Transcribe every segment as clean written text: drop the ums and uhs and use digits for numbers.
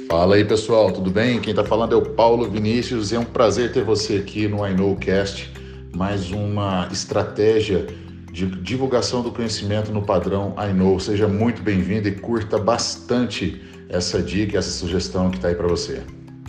Fala aí, pessoal, tudo bem? Quem está falando é o Paulo Vinícius e é um prazer ter você aqui no iKnowCast, mais uma estratégia de divulgação do conhecimento no padrão iKnow. Seja muito bem-vindo e curta bastante essa dica, essa sugestão que está aí para você.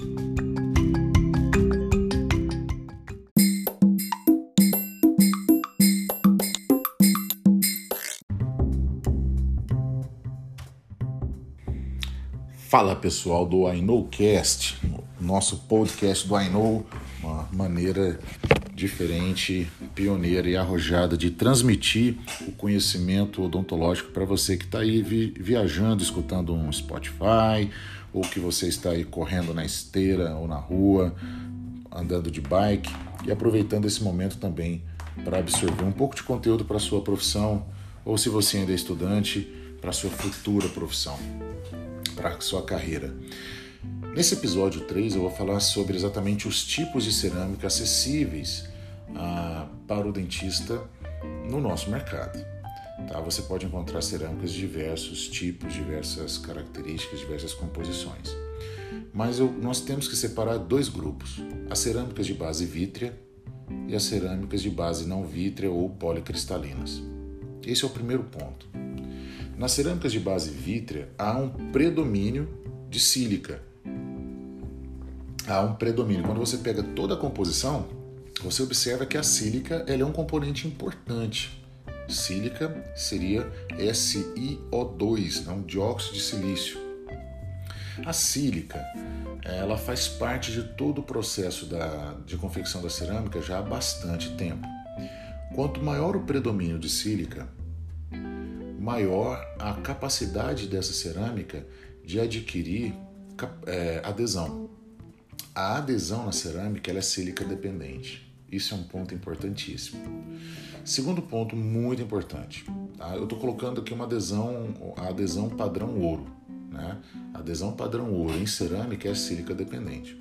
Fala, pessoal do iKnowCast, nosso podcast do iKnow, uma maneira diferente, pioneira e arrojada de transmitir o conhecimento odontológico para você que está aí viajando, escutando um Spotify, ou que você está aí correndo na esteira ou na rua, andando de bike e aproveitando esse momento também para absorver um pouco de conteúdo para a sua profissão, ou se você ainda é estudante, para a sua futura profissão, para a sua carreira. Nesse episódio 3 eu vou falar sobre exatamente os tipos de cerâmica acessíveis para o dentista no nosso mercado. Tá? Você pode encontrar cerâmicas de diversos tipos, diversas características, diversas composições. Mas nós temos que separar dois grupos: as cerâmicas de base vítrea e as cerâmicas de base não vítrea ou policristalinas. Esse é o primeiro ponto. Nas cerâmicas de base vítrea, há um predomínio de sílica. Há um predomínio. Quando você pega toda a composição, você observa que a sílica ela é um componente importante. Sílica seria SiO2, não dióxido de silício. A sílica ela faz parte de todo o processo de confecção da cerâmica já há bastante tempo. Quanto maior o predomínio de sílica, maior a capacidade dessa cerâmica de adquirir adesão. A adesão na cerâmica ela é sílica dependente. Isso é um ponto importantíssimo. Segundo ponto muito importante, tá? Eu estou colocando aqui a adesão padrão ouro. Né? A adesão padrão ouro em cerâmica é sílica dependente.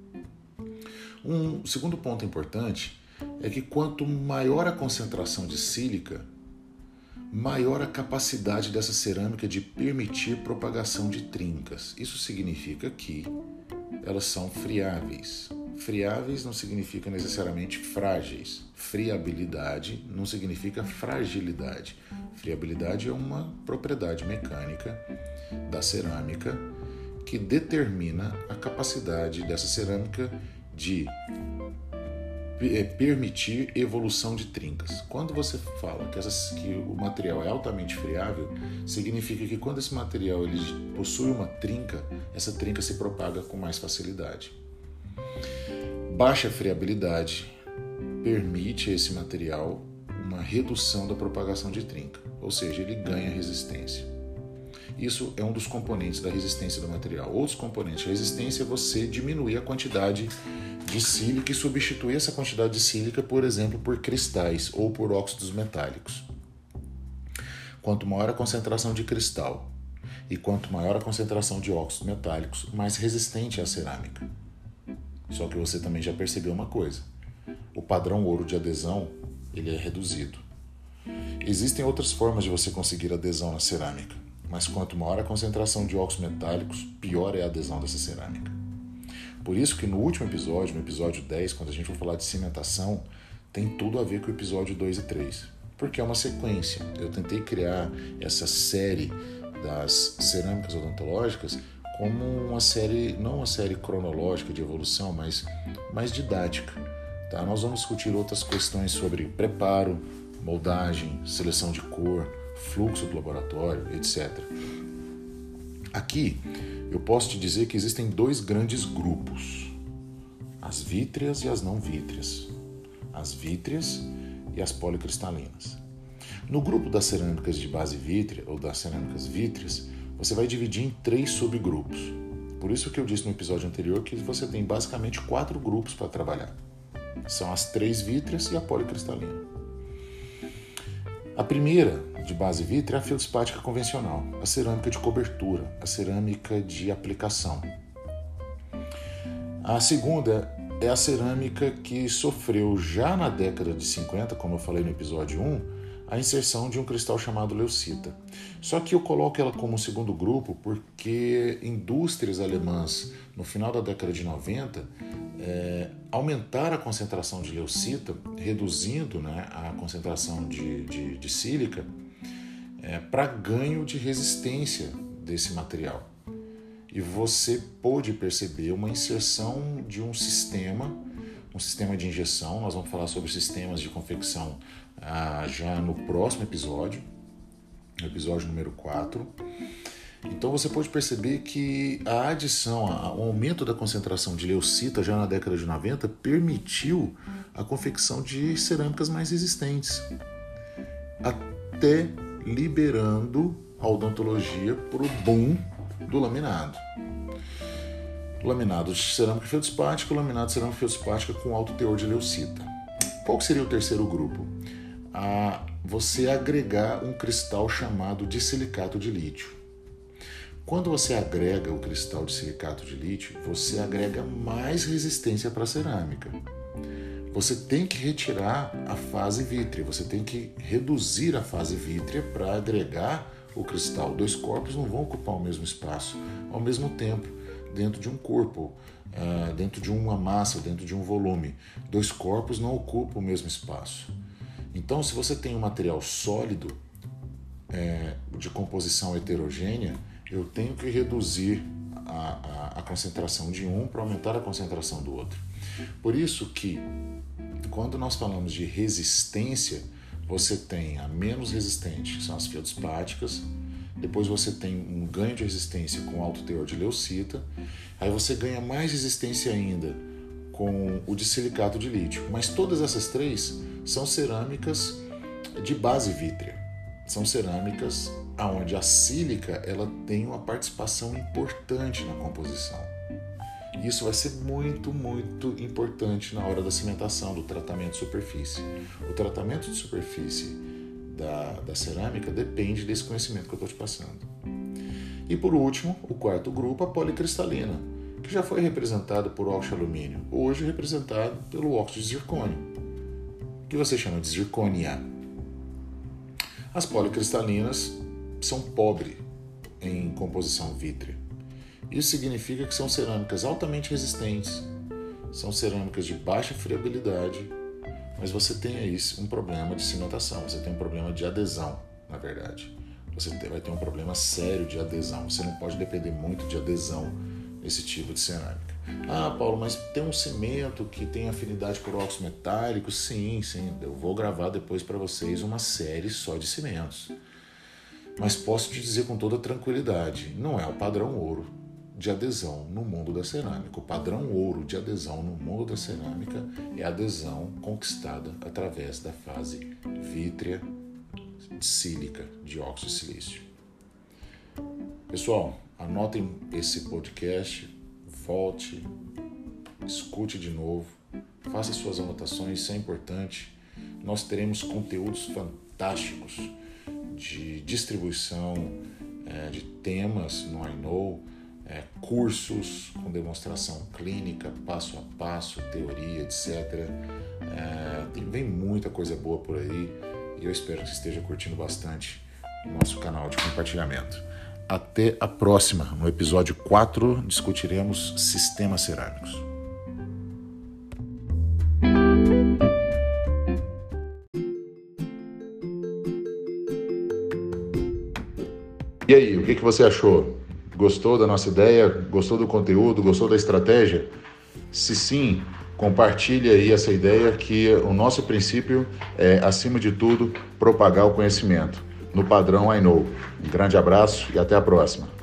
Um segundo ponto importante é que quanto maior a concentração de sílica, maior a capacidade dessa cerâmica de permitir propagação de trincas. Isso significa que elas são friáveis. Friáveis não significa necessariamente frágeis. Friabilidade não significa fragilidade. Friabilidade é uma propriedade mecânica da cerâmica que determina a capacidade dessa cerâmica de permitir evolução de trincas. Quando você fala que o material é altamente friável, significa que quando esse material ele possui uma trinca, essa trinca se propaga com mais facilidade. Baixa friabilidade permite a esse material uma redução da propagação de trinca, ou seja, ele ganha resistência. Isso é um dos componentes da resistência do material. Outros componentes da resistência é você diminuir a quantidade de sílica e substituir essa quantidade de sílica, por exemplo, por cristais ou por óxidos metálicos. Quanto maior a concentração de cristal e quanto maior a concentração de óxidos metálicos, mais resistente é a cerâmica. Só que você também já percebeu uma coisa: o padrão ouro de adesão ele é reduzido. Existem outras formas de você conseguir adesão na cerâmica, mas quanto maior a concentração de óxidos metálicos, pior é a adesão dessa cerâmica. Por isso que no último episódio, no episódio 10, quando a gente for falar de cimentação, tem tudo a ver com o episódio 2 e 3, porque é uma sequência. Eu tentei criar essa série das cerâmicas odontológicas como uma série, não uma série cronológica de evolução, mas mais didática. Tá? Nós vamos discutir outras questões sobre preparo, moldagem, seleção de cor, fluxo do laboratório, etc. Aqui eu posso te dizer que existem dois grandes grupos: as vítreas e as não vítreas, as vítreas e as policristalinas. No grupo das cerâmicas de base vítrea ou das cerâmicas vítreas, você vai dividir em 3 subgrupos. Por isso que eu disse no episódio anterior que você tem basicamente 4 grupos para trabalhar. São as 3 vítreas e a policristalina. A primeira, de base vítrea, é a feldspática convencional, a cerâmica de cobertura, a cerâmica de aplicação. A segunda é a cerâmica que sofreu já na década de 50, como eu falei no episódio 1, a inserção de um cristal chamado leucita. Só que eu coloco ela como segundo grupo porque indústrias alemãs, no final da década de 90, aumentaram a concentração de leucita, reduzindo, né, a concentração de sílica, para ganho de resistência desse material. E você pôde perceber uma inserção de um sistema de injeção. Nós vamos falar sobre sistemas de confecção já no próximo episódio, no episódio número 4. Então você pode perceber que a adição, o aumento da concentração de leucita já na década de 90 permitiu a confecção de cerâmicas mais resistentes, até liberando a odontologia para o boom do laminado. Laminado de cerâmica feldspática, laminado de cerâmica feldspática com alto teor de leucita. Qual que seria o terceiro grupo? Você agregar um cristal chamado de silicato de lítio. Quando você agrega o cristal de silicato de lítio, você agrega mais resistência para a cerâmica. Você tem que retirar a fase vítrea, você tem que reduzir a fase vítrea para agregar o cristal. Dois corpos não vão ocupar o mesmo espaço ao mesmo tempo dentro de um corpo, dentro de uma massa, dentro de um volume. Dois corpos não ocupam o mesmo espaço. Então, se você tem um material sólido de composição heterogênea, eu tenho que reduzir a concentração de um para aumentar a concentração do outro. Por isso que, quando nós falamos de resistência, você tem a menos resistente, que são as feldspáticas, depois você tem um ganho de resistência com alto teor de leucita, aí você ganha mais resistência ainda com o de silicato de lítio. Mas todas essas três são cerâmicas de base vítrea. São cerâmicas onde a sílica ela tem uma participação importante na composição. Isso vai ser muito, muito importante na hora da cimentação, do tratamento de superfície. O tratamento de superfície da cerâmica depende desse conhecimento que eu estou te passando. E por último, o quarto grupo, a policristalina, que já foi representada por óxido de alumínio, hoje representado pelo óxido de zircônio, que você chama de zircônia. As policristalinas são pobres em composição vítrea. Isso significa que são cerâmicas altamente resistentes, são cerâmicas de baixa friabilidade, mas você tem aí um problema de cimentação, você tem um problema de adesão, na verdade. Você vai ter um problema sério de adesão, você não pode depender muito de adesão nesse tipo de cerâmica. Ah, Paulo, mas tem um cimento que tem afinidade por óxido metálico? Sim, eu vou gravar depois para vocês uma série só de cimentos. Mas posso te dizer com toda tranquilidade, não é o padrão ouro de adesão no mundo da cerâmica. O padrão ouro de adesão no mundo da cerâmica é a adesão conquistada através da fase vítrea sílica de óxido de silício. Pessoal, anotem esse podcast, volte, escute de novo, faça suas anotações, isso é importante. Nós teremos conteúdos fantásticos de distribuição de temas no iKnow, cursos com demonstração clínica, passo a passo, teoria, etc. Vem muita coisa boa por aí e eu espero que você esteja curtindo bastante o nosso canal de compartilhamento. Até a próxima. No episódio 4 discutiremos sistemas cerâmicos. E aí, o que você achou? Gostou da nossa ideia? Gostou do conteúdo? Gostou da estratégia? Se sim, compartilhe aí essa ideia que o nosso princípio é, acima de tudo, propagar o conhecimento no padrão iKnow. Um grande abraço e até a próxima.